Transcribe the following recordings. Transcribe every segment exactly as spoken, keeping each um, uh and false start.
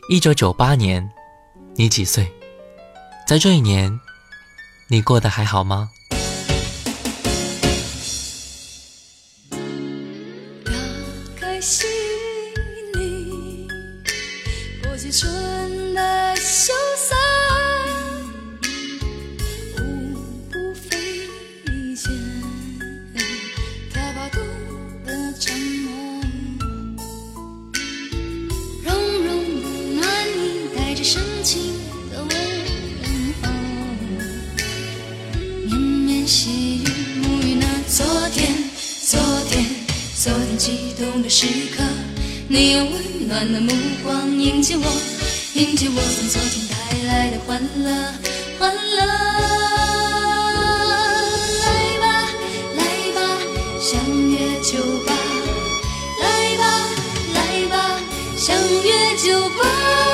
一九九八年，你几岁？在这一年，你过得还好吗？ 打开心里过去春的羞涩，无不飞旋跳跑图的长梦，融融温暖你带着深情的问候，绵绵细雨沐浴那昨天昨天昨天激动的时刻，你用温暖的目光迎接我，迎接我从昨天带来的欢乐欢乐。来吧来吧相约酒吧，来吧来吧相约酒吧，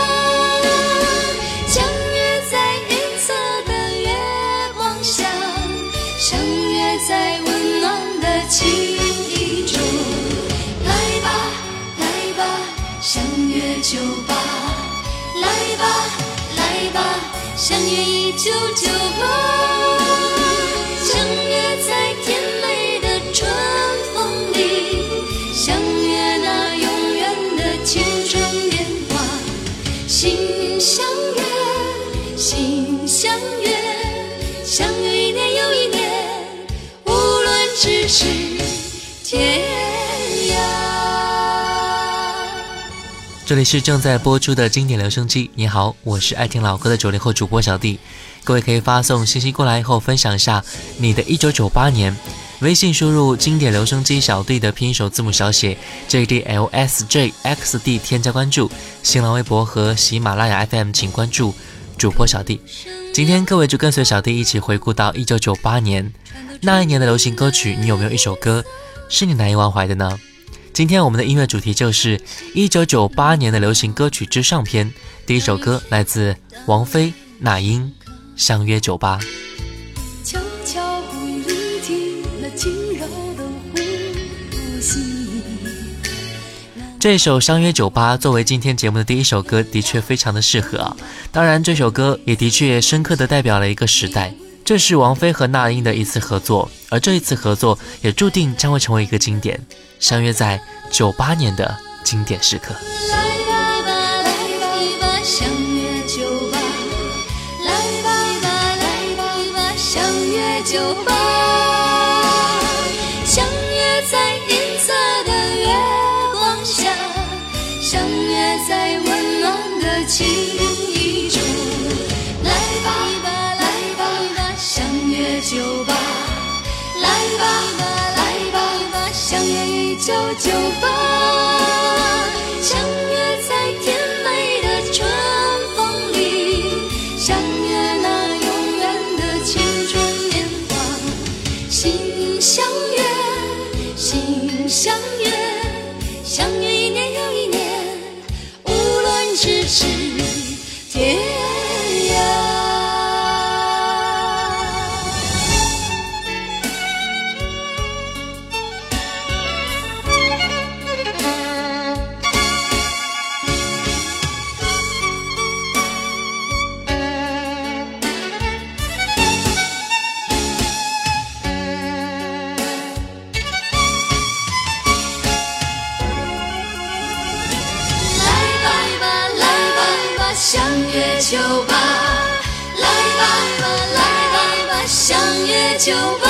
相约在银色的月光下，相约在温暖的情意中。来吧来吧相约酒吧，来吧来吧相约一九九八，相约在甜美的春风里，相约那永远的青春年华，心相约心相约，相约一年又一年，无论咫尺天涯。 这里是正在播出的经典留声机，你好，我是爱听老歌的九零后主播小弟。各位可以发送信息过来后分享一下你的一九九八年，微信输入经典留声机小弟的拼音首字母小写 J D L S J X D 添加关注，新浪微博和喜马拉雅 F M 请关注主播小弟。今天各位就跟随小弟一起回顾到一九九八年，那一年的流行歌曲，你有没有一首歌是你难以忘怀的呢？今天我们的音乐主题就是一九九八年的流行歌曲之上篇，第一首歌来自王菲、那英，相约酒吧。 悄悄不语里听那轻柔的呼吸， 这首相约酒吧作为今天节目的第一首歌，的确非常的适合啊。当然这首歌也的确深刻地代表了一个时代，这是王菲和那英的一次合作，而这一次合作也注定将会成为一个经典，相约在九八年的经典时刻。 来吧吧来吧吧相约酒吧，来吧吧来吧吧相约酒吧，相约在银色的月光下，相约在温暖的情意中。来吧吧来吧吧相约酒吧，来吧吧来吧吧相约一九九八，相约在甜美的春风里，相约那永远的青春年华，心相约心相约，相约一年又一年，无论咫尺天涯。相约酒吧，来吧吧来吧吧相约酒吧，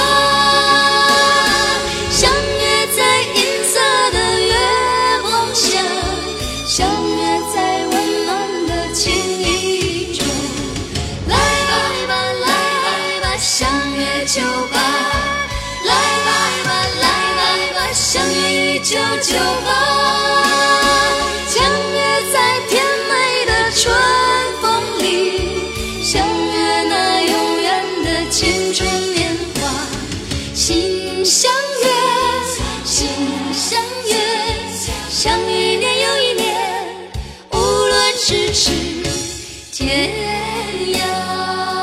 相约在银色的月光下，相约在温暖的情意中。来吧吧来吧吧相约酒吧，来吧吧来吧吧相约一九九八，相约在甜美的春风里，相约那永远的青春年华，心相约心相约，相约一年又一年，无论咫尺天涯。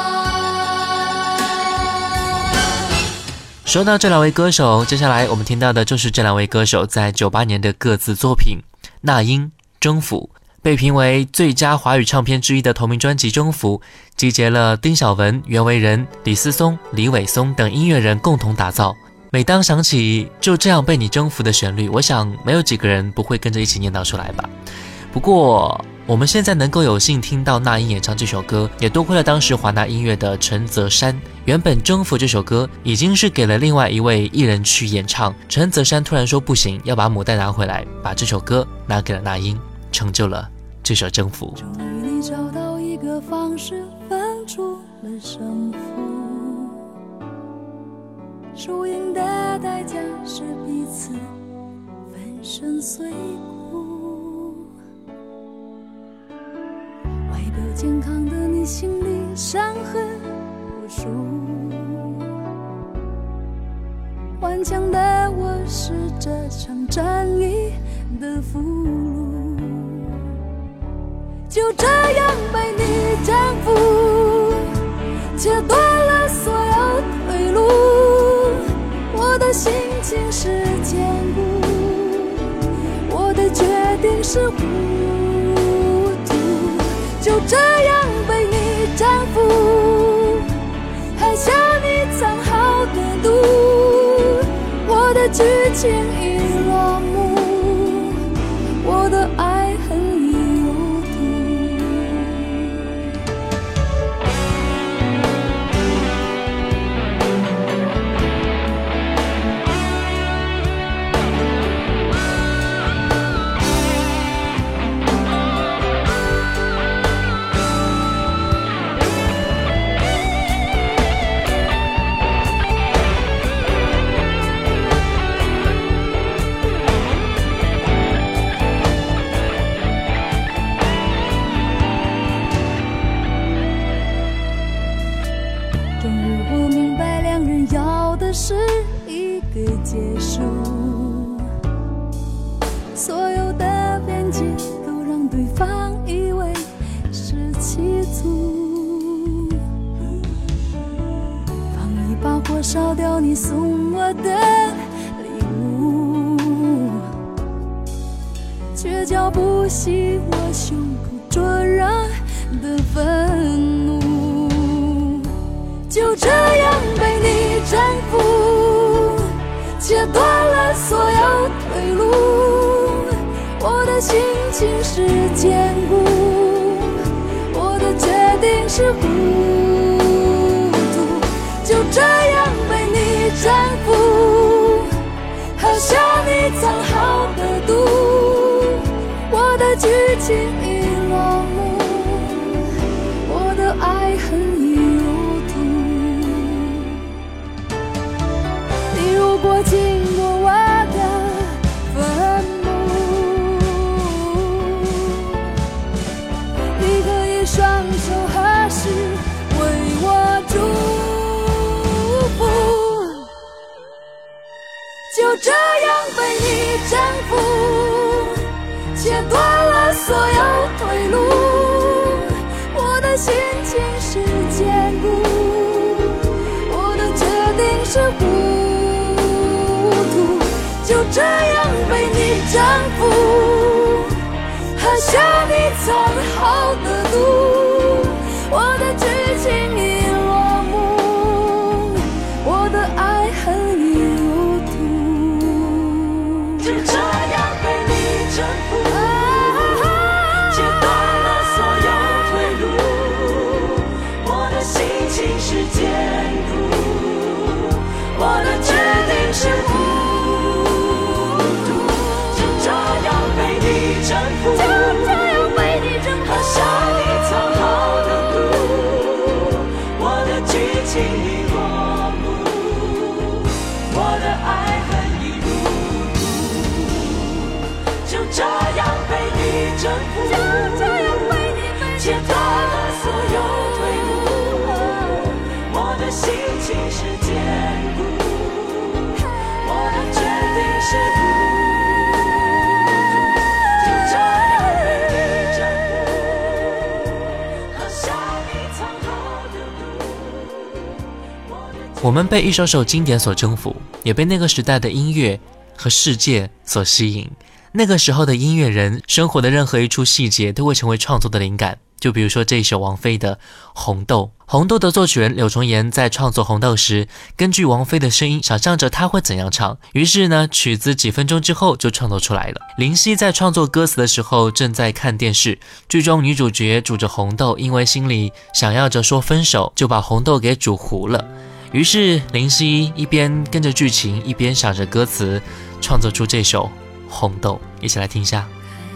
说到这两位歌手，接下来我们听到的就是这两位歌手在九八年的各自作品。那英征服被评为最佳华语唱片之一的同名专辑《征服》，集结了丁晓文、袁惟仁、李思松、李伟松等音乐人共同打造。每当想起就这样被你征服的旋律，我想没有几个人不会跟着一起念叨出来吧。不过我们现在能够有幸听到那英演唱这首歌，也多亏了当时华纳音乐的陈泽山。原本《征服》这首歌已经是给了另外一位艺人去演唱，陈泽山突然说不行，要把母带拿回来，把这首歌拿给了那英，成就了这首《征服》。 终于你找到一个方式分出了胜负，输赢的代价是彼此粉身碎骨。外表健康的你心里伤痕无数，顽强的我是这场战役的俘虏，就这样被你征服，切断了所有退路。我的心情是坚固，我的决定是糊涂，就这样被你征服，还向你藏好的毒。我的剧情已落幕，我的爱恨已入土。是一个结束，所有的边界都让对方以为是企图，放一把火烧掉你送我的礼物，却浇不熄我胸口灼热的愤怒，就这样被你征服，切断了所有退路。我的心情是坚固，我的决定是糊涂，就这样被你征服，喝下你藏好的毒。我的剧情已落幕，我的爱恨已入土。你如果经过我的坟墓，你可以双手合十为我祝福，就这样被你征服，切断了所有退路。我的心情是坚固，我的决定是糊涂，就这样被你征服，喝下你藏好的毒。我的剧情已落幕，我的爱恨已入土，就这样被你征服，切断了所有退路。我的心情是坚固，我的决定是糊涂，就这样被你征服，就这样被你征服，喝下你藏好的毒。我的剧情已落幕，我的爱恨已入土，就这样被你征服，就这样被你切断了所有退路。我的心情是坚固，我的决定是糊涂，就这样被你征服，喝下你藏好的毒。 我们被一首首经典所征服，也被那个时代的音乐和世界所吸引。 那个时候的音乐人生活的任何一处细节都会成为创作的灵感。就比如说这一首王菲的《红豆》，红豆的作曲人柳重言在创作《红豆》时，根据王菲的声音想象着她会怎样唱，于是呢，曲子几分钟之后就创作出来了。林夕在创作歌词的时候正在看电视，剧中女主角煮着红豆，因为心里想要着说分手，就把红豆给煮糊了。于是林夕一边跟着剧情，一边想着歌词，创作出这首《红豆》。一起来听一下。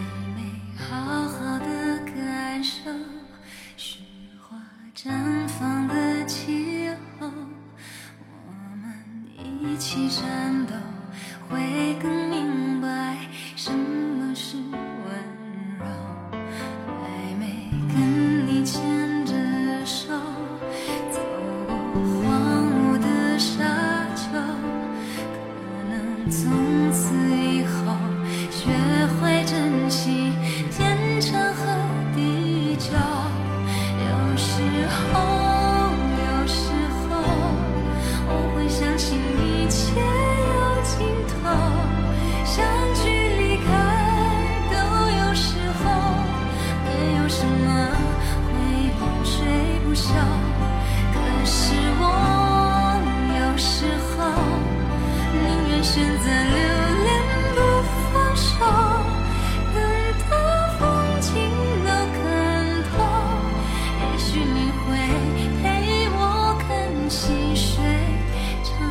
绽放的气候，我们一起战斗，会更明白什么是温柔。还没跟你牵着手，走过荒芜的沙丘，可能从此以后学会珍惜天长和地久。有时候，有时候，我会相信一切有尽头，相聚离开都有时候，没有什么会永垂不朽。可是我有时候宁愿选择留恋不放手，等到风景都看透，也许你会陪我看细水长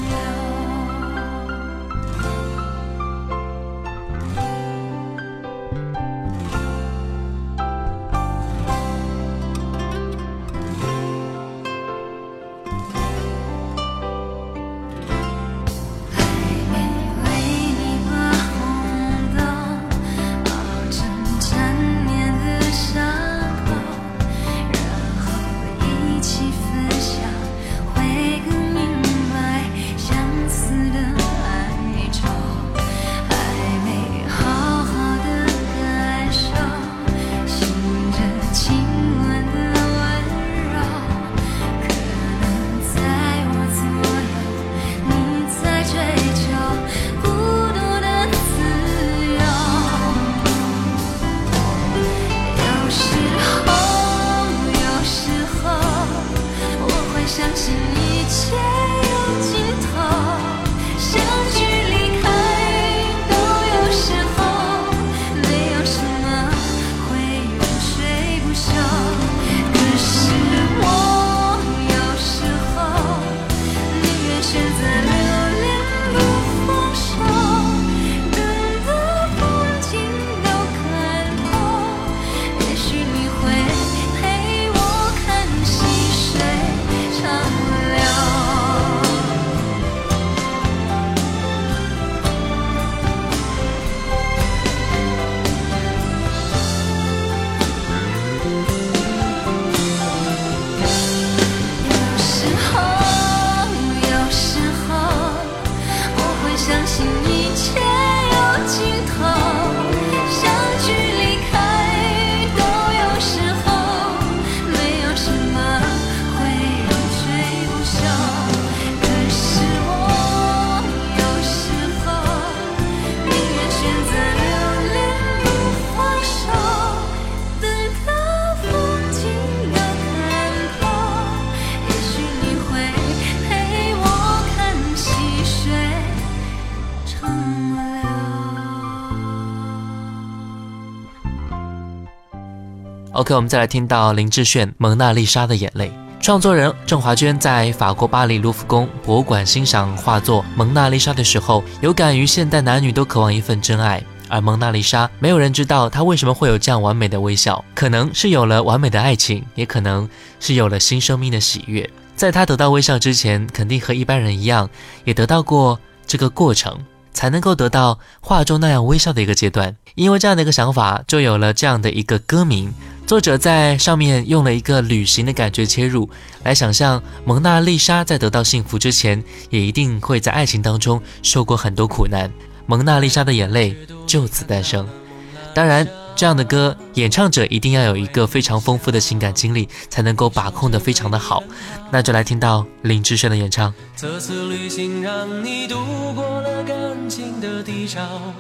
OK， 我们再来听到林志炫《蒙娜丽莎的眼泪》。创作人郑华娟在法国巴黎卢浮宫博物馆欣赏画作《蒙娜丽莎》的时候，有感于现代男女都渴望一份真爱，而蒙娜丽莎没有人知道她为什么会有这样完美的微笑，可能是有了完美的爱情，也可能是有了新生命的喜悦。在她得到微笑之前，肯定和一般人一样，也得到过这个过程，才能够得到画中那样微笑的一个阶段。因为这样的一个想法，就有了这样的一个歌名。作者在上面用了一个旅行的感觉切入，来想象蒙娜丽莎在得到幸福之前，也一定会在爱情当中受过很多苦难。蒙娜丽莎的眼泪就此诞生。当然，这样的歌演唱者一定要有一个非常丰富的情感经历，才能够把控得非常的好。那就来听到林志炫的演唱。 这次旅行让你度过了感情的低潮，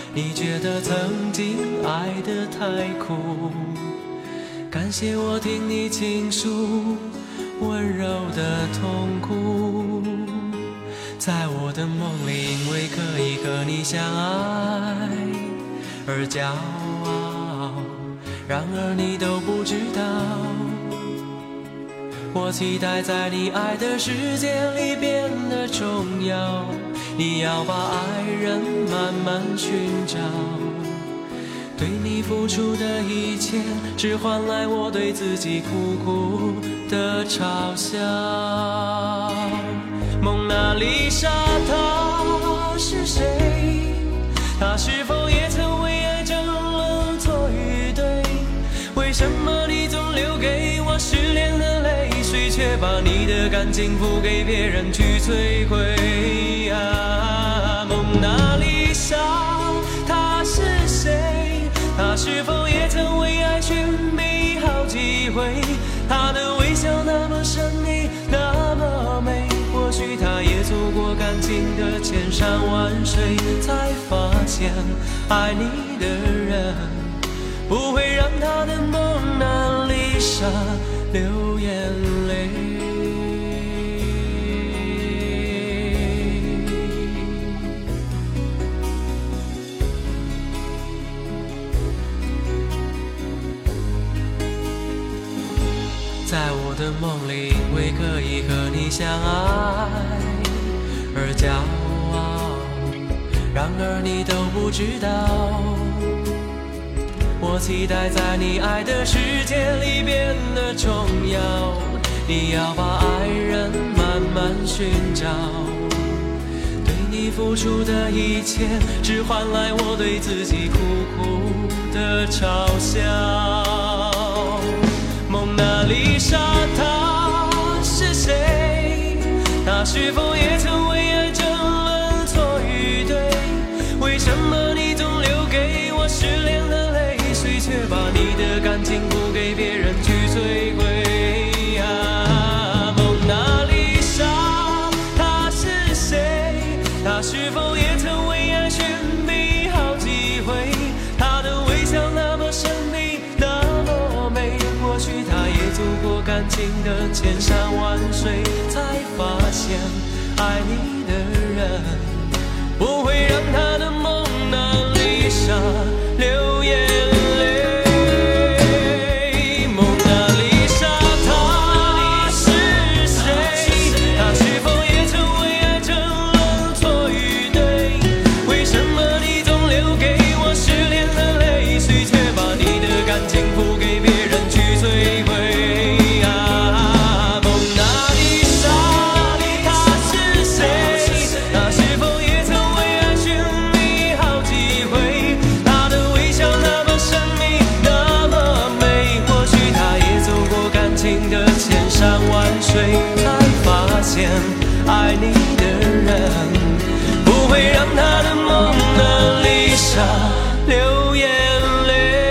你觉得曾经爱得太苦，感谢我听你倾诉温柔的痛苦。在我的梦里，因为可以和你相爱而骄傲，然而你都不知道，我期待在你爱的世界里变得重要。你要把爱人慢慢寻找，对你付出的一切，只换来我对自己苦苦的嘲笑。蒙娜丽莎她是谁？她是否也曾为爱争论错与对？为什么你总留给我失恋的泪水，却把你的感情付给别人去摧毁啊？蒙娜丽莎她是谁？她是否也曾为爱寻觅好机会？她的微笑那么神秘，那么美，或许她也走过感情的千山万水，才发现爱你的人不会让她的蒙娜丽莎流眼泪。在我的梦里，因为可以和你相爱而骄傲，然而你都不知道，我期待在你爱的世界里变得重要。你要把爱人慢慢寻找，对你付出的一切，只换来我对自己苦苦的嘲笑。蒙娜丽莎她是谁？她是否也曾为爱争论错与对？为什么你总留给我失恋的泪水，却把你的感情付给别人去摧毁啊？蒙娜丽莎她是谁？她是否也曾为爱寻觅好机会？她的微笑那么神秘，那么美，或许她也走过感情的千山万水，才发现爱你的人不会让她的蒙娜丽莎流眼泪。蒙娜丽莎她是谁？她是否也曾为爱争论错与对？为什么你总留给我失恋的泪水，却把你的感情付给别人去摧毁啊？蒙娜丽莎她是谁？她是否也曾为爱寻觅好机会？她的微笑那么神秘，那么美，或许她也走过感情的千山万水，才发现爱你的人不会让她的蒙娜丽莎流眼泪。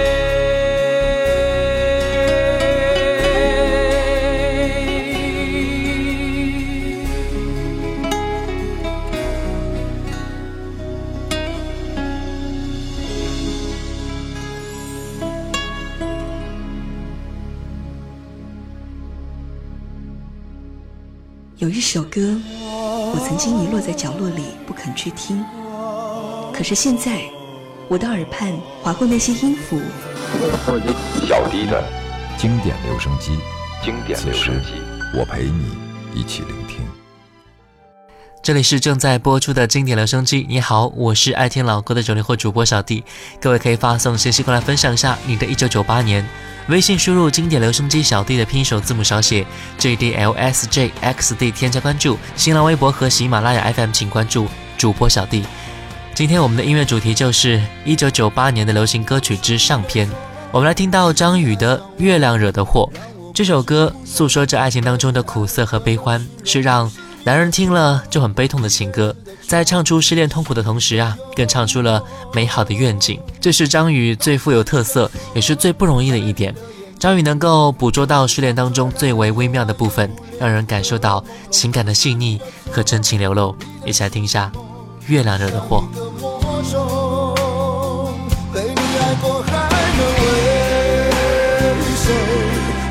有一首歌，我曾经遗落在角落里不肯去听，可是现在我的耳畔划过那些音符， 小弟的经典留声机， 经典留声机， 我陪你一起聆听。 这里是正在播出的经典留声机。你好，我是爱听老歌的九零后主播小弟。各位可以发送信息过来分享一下你的一九九八年，微信输入经典留声机小弟的拼手字母小写 J D L S J X D 添加关注。新浪微博和喜马拉雅 F M 请关注主播小弟。今天我们的音乐主题就是一九九八年的流行歌曲之上篇。我们来听到张宇的《月亮惹的祸》。这首歌诉说着爱情当中的苦涩和悲欢，是让男人听了就很悲痛的情歌，在唱出失恋痛苦的同时啊，更唱出了美好的愿景。这是张宇最富有特色，也是最不容易的一点。张宇能够捕捉到失恋当中最为微妙的部分，让人感受到情感的细腻和真情流露。一起来听一下《月亮惹的祸》。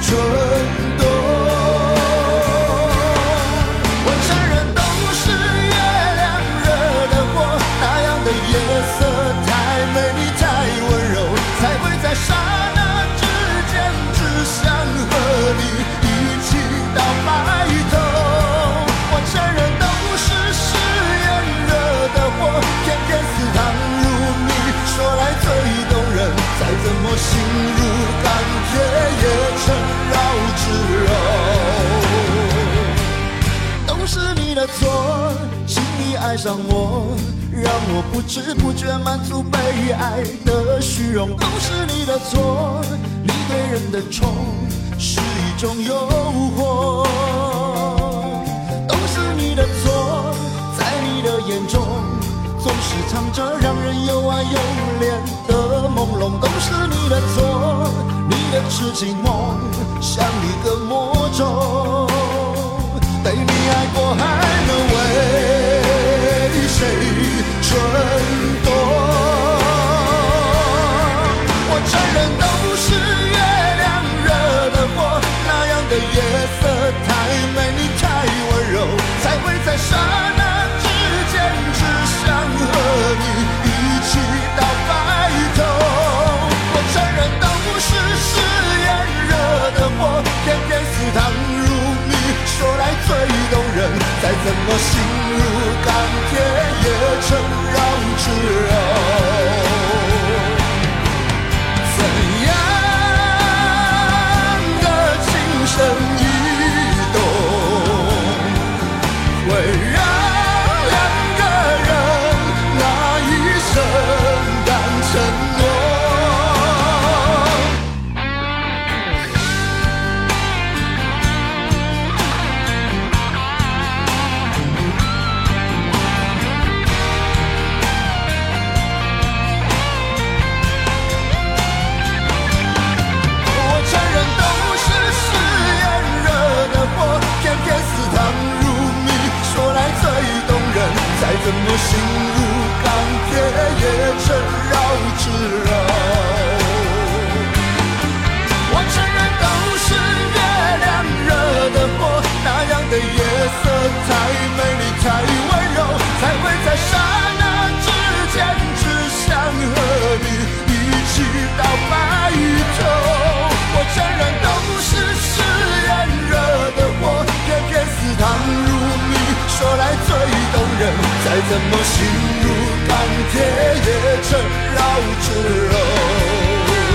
春冬。我承认都是月亮惹的祸，那样的夜色太美丽太温柔，才会在刹那之间只想和你一起到白头。我承认都是誓言惹的祸，偏偏似糖如蜜，说来最动人，再怎么心如钢铁也成绕指柔。都是你的错，轻易爱上我，让我不知不觉满足被爱的虚荣。都是你的错，你对人的宠是一种诱惑。都是你的错，在你的眼中总是藏着让人又爱又怜的朦胧。都是你的错，你的痴情梦像一个魔咒。被你爱过还能为谁春冬？我承认都是月亮惹的祸，那样的夜色太美丽太温柔，才会在刹那之间只想和你一起到白头。我承认都是誓言惹的祸，偏偏似糖如蜜，说来最动人，再怎么心如钢铁也成绕指柔。怎样的情深意动，会让两个人那一生敢承诺？再怎么心如钢铁也成绕指柔。我承认都是月亮惹的祸，那样的夜色太美丽太温柔，才会在刹那之间只想和你一起到白头。我承认都是誓言惹的祸，偏偏似糖如蜜，说来最动人，再怎么心如钢铁也成绕指柔。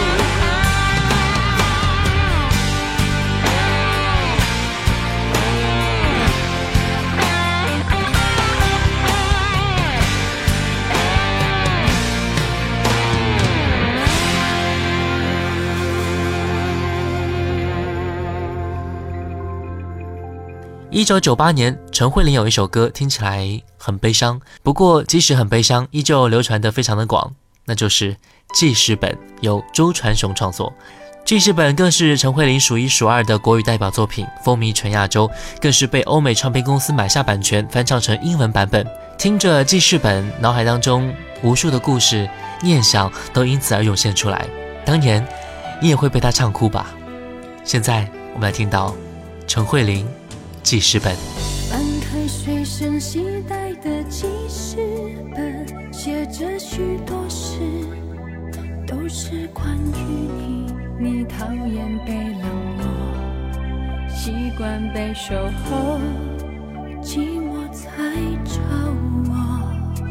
一九九八年，陈慧琳有一首歌听起来很悲伤，不过即使很悲伤，依旧流传得非常的广，那就是《记事本》，由周传雄创作。《记事本》更是陈慧琳数一数二的国语代表作品，风靡全亚洲，更是被欧美唱片公司买下版权，翻唱成英文版本。听着《记事本》，脑海当中无数的故事、念想都因此而涌现出来。当年你也会被他唱哭吧？现在我们来听到陈慧琳记事本。 翻开随身携带的记事本，写着许多事，都是关于你。你讨厌被冷落，习惯被守候，寂寞才找我。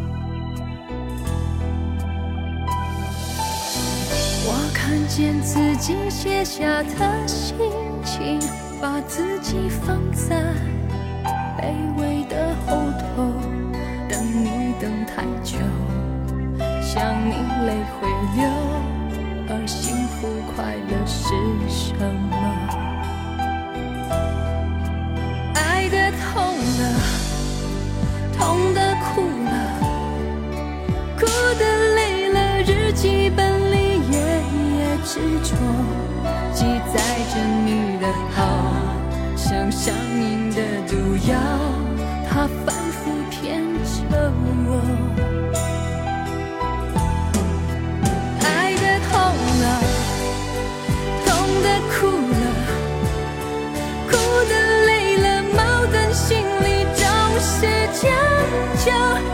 我看见自己写下的心情，把自己放在卑微的后头，等你等太久，想你泪会流，而幸福快乐是什么？爱的痛了，痛的哭了，哭的累了，日记本里夜夜执着记载着你的好，像上瘾的毒药，它反复骗着我。爱的痛了，痛的哭了，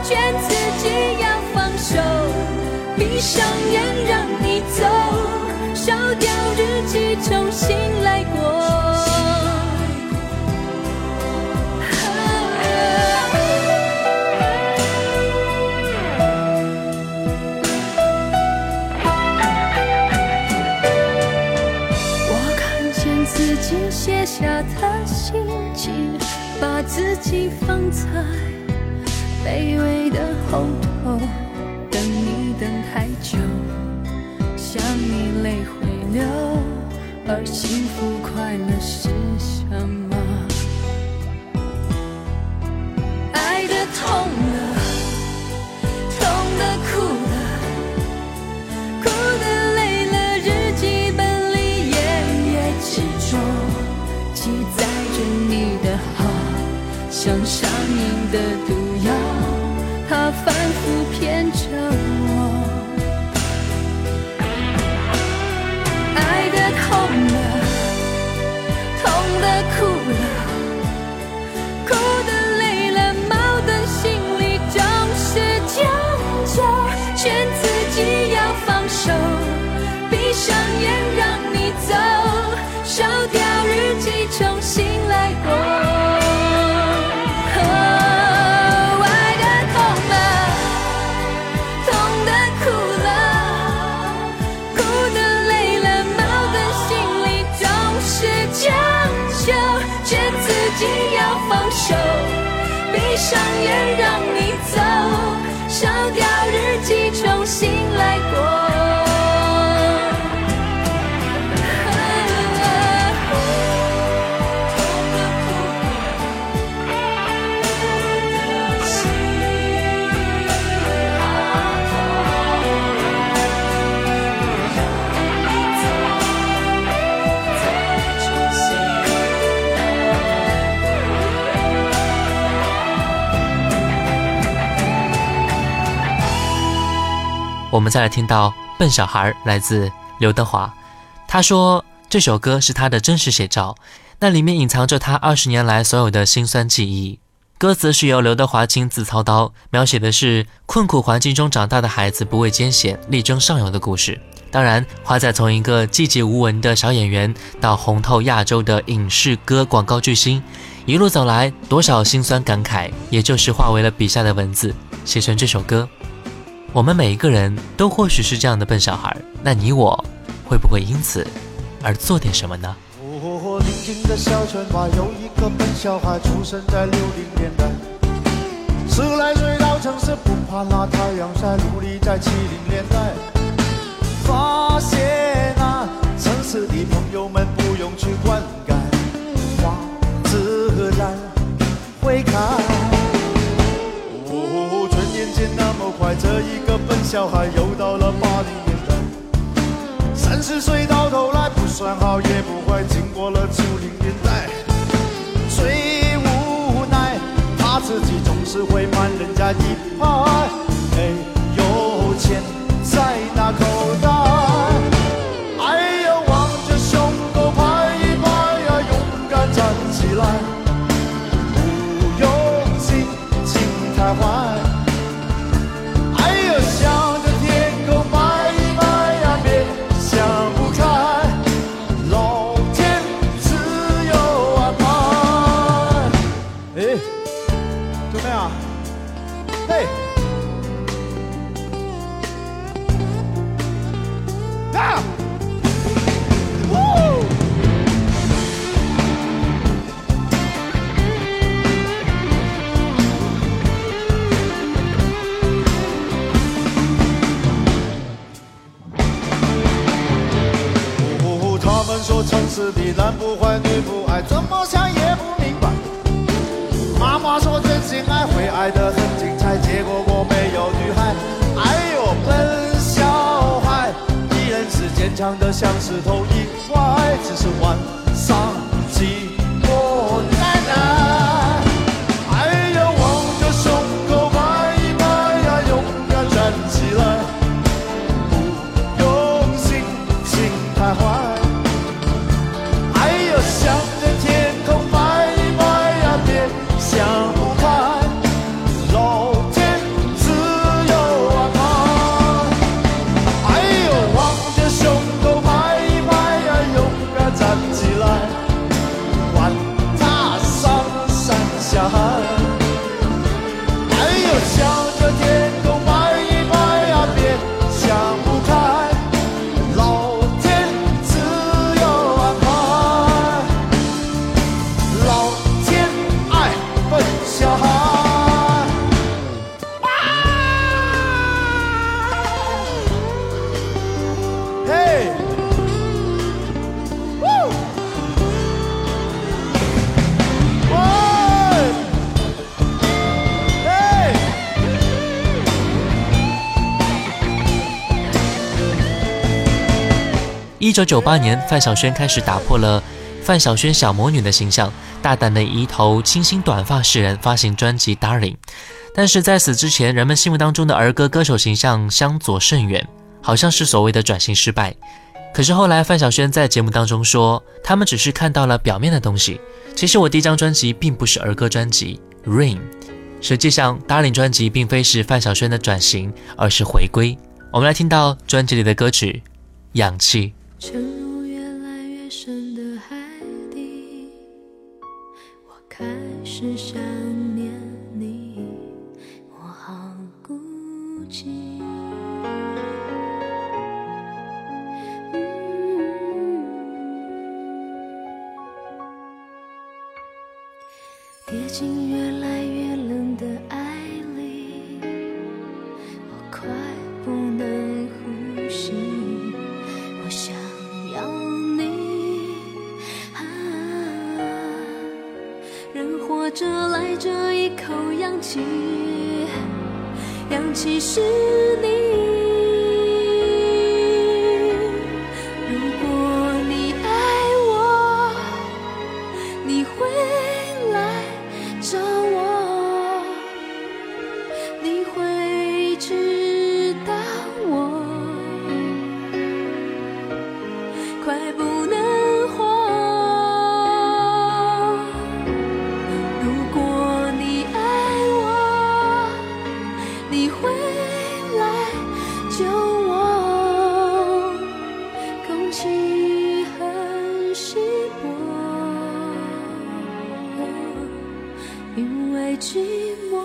劝自己要放手，闭上眼让你走，烧掉日记重新来过。写下的心情，把自己放在卑微的后头，等你等太久，想你泪会流，而幸福快乐是什么？爱的痛了，痛的哭了，哭的累了，日记本里页页执着，记载着你的好，像上瘾的毒药，它反复骗着我。爱的痛了，痛的哭了，哭的累了，矛盾心里总是将就，劝自己要放手，闭上眼让你走，烧掉日记重新来过。哦，爱的痛了，痛的哭了，哭的累了，矛盾心里总是将就，劝自己要放手，闭上眼让你走，烧掉日记重新来过。 我们再来听到笨小孩来自刘德华，他说这首歌是他的真实写照，那里面隐藏着他二十年来所有的辛酸记忆。歌词是由刘德华亲自操刀，描写的是困苦环境中长大的孩子不畏艰险，力争上游的故事。当然，华仔从一个寂寂无闻的小演员到红透亚洲的影视歌广告巨星，一路走来，多少辛酸感慨，也就是化为了笔下的文字，写成这首歌。我们每一个人都或许是这样的笨小孩，那你我会不会因此而做点什么呢？ 哦，宁静的小村外有一个笨小孩，出生在六零年代。十来岁到城市，不怕那太阳晒，努力在七零年代。发现啊，城市的朋友们不用去灌溉，花自然会开。哦，转眼间那么快，这一个笨小孩又到了八零年代。三十岁到头来不算好也不坏，经过了九零年代，最无奈他自己总是会慢人家一拍，没有钱在那口袋，哎呀望着胸口拍一拍呀，勇敢站起来，不用心情太坏，哎呀向着天空拍一拍呀，别想不开，老天自有安排。哎，怎么样？嘿，啊！呜！哦，他们说城市的男不坏女不爱，怎么想也不明白。妈妈说真心爱会爱得很精彩，结果我没有女孩。哎呦，笨小孩，依然是坚强的像石头一块，只是晚上寂寞难耐。哎呀，望着胸口拍一拍呀，勇敢站起来，不用心情太坏。哎呀，向着天空拍一拍呀，别想不开，老天一九九八年，范晓萱开始打破了范晓萱小魔女的形象，大胆的以一头清新短发示人，发行专辑《Darling》。但是在此之前，人们心目当中的儿歌歌手形象相左甚远，好像是所谓的转型失败。可是后来范晓萱在节目当中说，他们只是看到了表面的东西，其实我第一张专辑并不是儿歌专辑 Rain。 实际上 Darling 专辑并非是范晓萱的转型，而是回归。我们来听到专辑里的歌曲氧气。 沉入越来越深的海底，我开始想念你，我好孤寂。跌进越来越冷的爱里，我快不能呼吸，我想要你啊，人活着来这一口氧气，氧气是你。如果你爱我，你会来找我，你会知道我快不能活。如果你爱我，你会来救我。空气很稀薄，因为寂寞。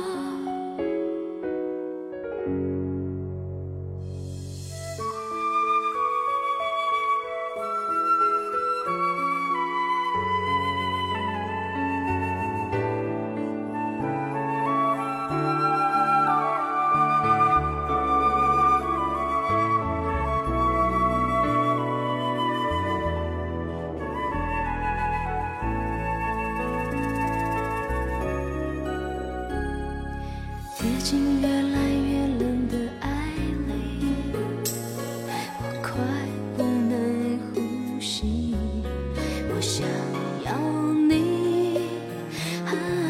跌进越来越冷的爱里，我快不能呼吸，我想要你啊，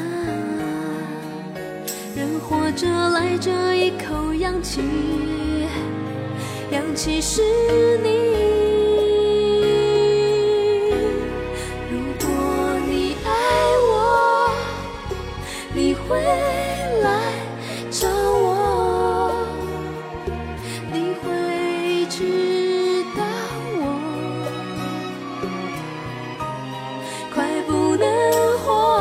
人活着来这一口氧气，氧气是你。如果你爱我，你会来找我，你会知道我快不能活。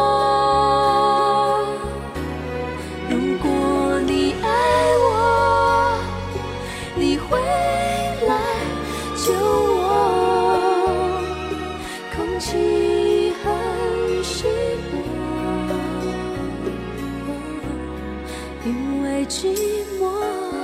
如果你爱我，你会来救我。空气很稀薄，因为寂寞。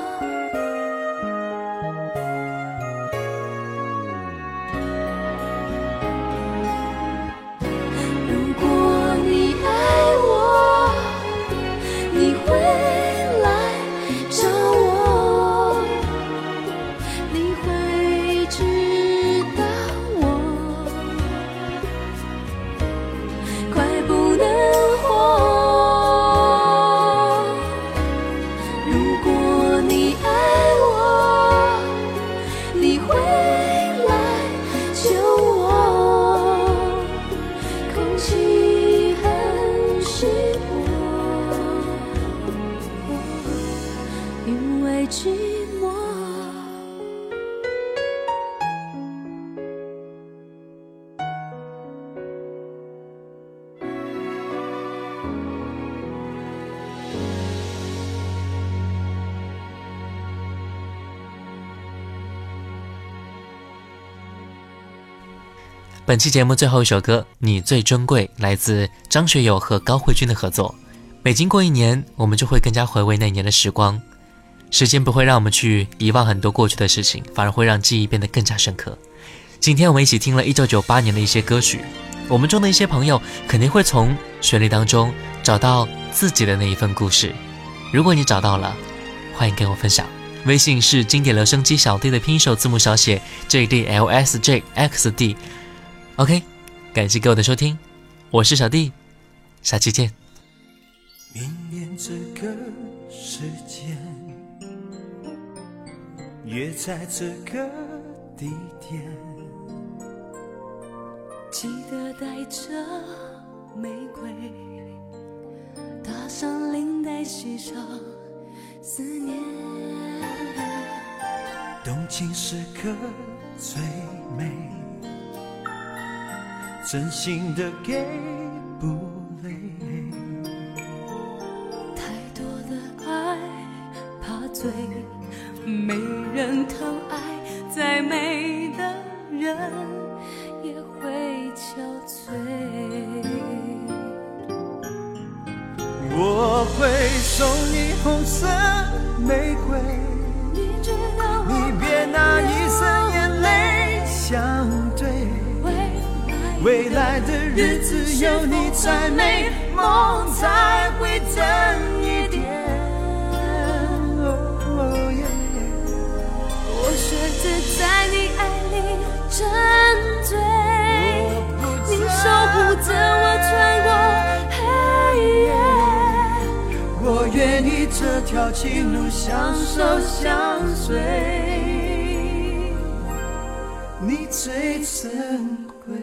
如果你爱我，你会来找我，你会知道我快不能活。如果你爱我，你会来救我。空气很稀薄，因为寂寞。 本期节目最后一首歌《你最珍贵》来自张学友和高慧君的合作。每经过一年，我们就会更加回味那年的时光。时间不会让我们去遗忘很多过去的事情，反而会让记忆变得更加深刻。今天我们一起听了一九九八年的一些歌曲，我们中的一些朋友肯定会从旋律当中找到自己的那一份故事。如果你找到了，欢迎跟我分享。 微信是经典留声机小弟的拼手字母小写 J D L S J X D。 OK， 感谢各位的收听，我是小弟，下期见。 明年这个时间，约在这个地点， 记得带着玫瑰，搭上领带，系上思念。 动情时刻最美，真心的给不累。 太多的爱怕醉，没人疼爱，再美的人也会憔悴。 我会送你红色玫瑰， 你知道你别拿一生眼泪相对，未来的日子有你才美，梦才会真一点。Oh, yeah. 我学着在你爱里沉醉，你守护着我穿过黑夜。 我愿意这条情路相守相随，你最珍贵。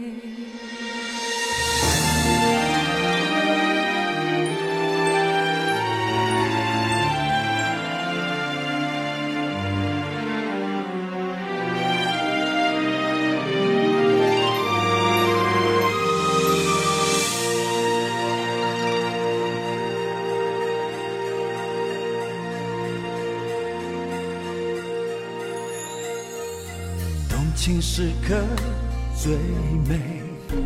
情时刻最美，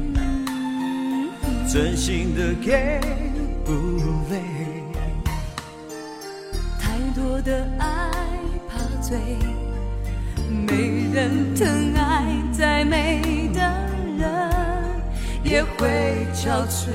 真心的给不累。 太多的爱怕醉，没人疼爱，再美的人也会憔悴。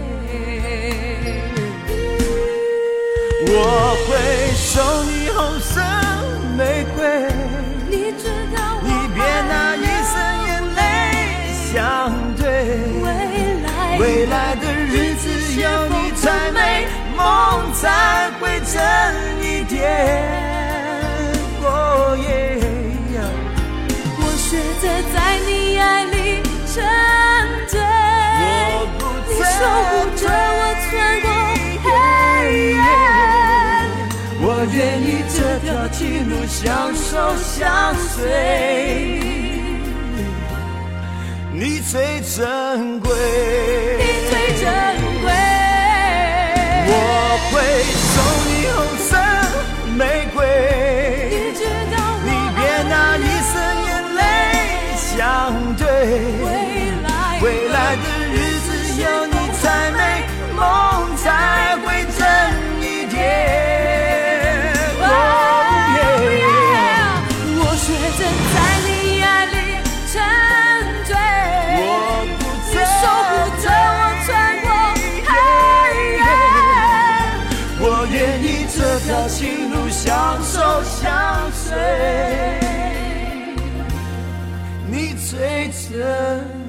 我会送你红色玫瑰， 你知道我你别拿一生眼泪相对，未来的日子有你才美，梦才会真一点。哦耶！ 我学着在你爱里沉醉，你守护着我穿过黑夜。 我愿意这条情路相守相随，你最珍贵， 你最珍贵。 我会送你红色玫瑰， 你知道我你别拿一生眼泪相对，未来的日子有你才美，梦才会真一点。这条情路相守相随，你最珍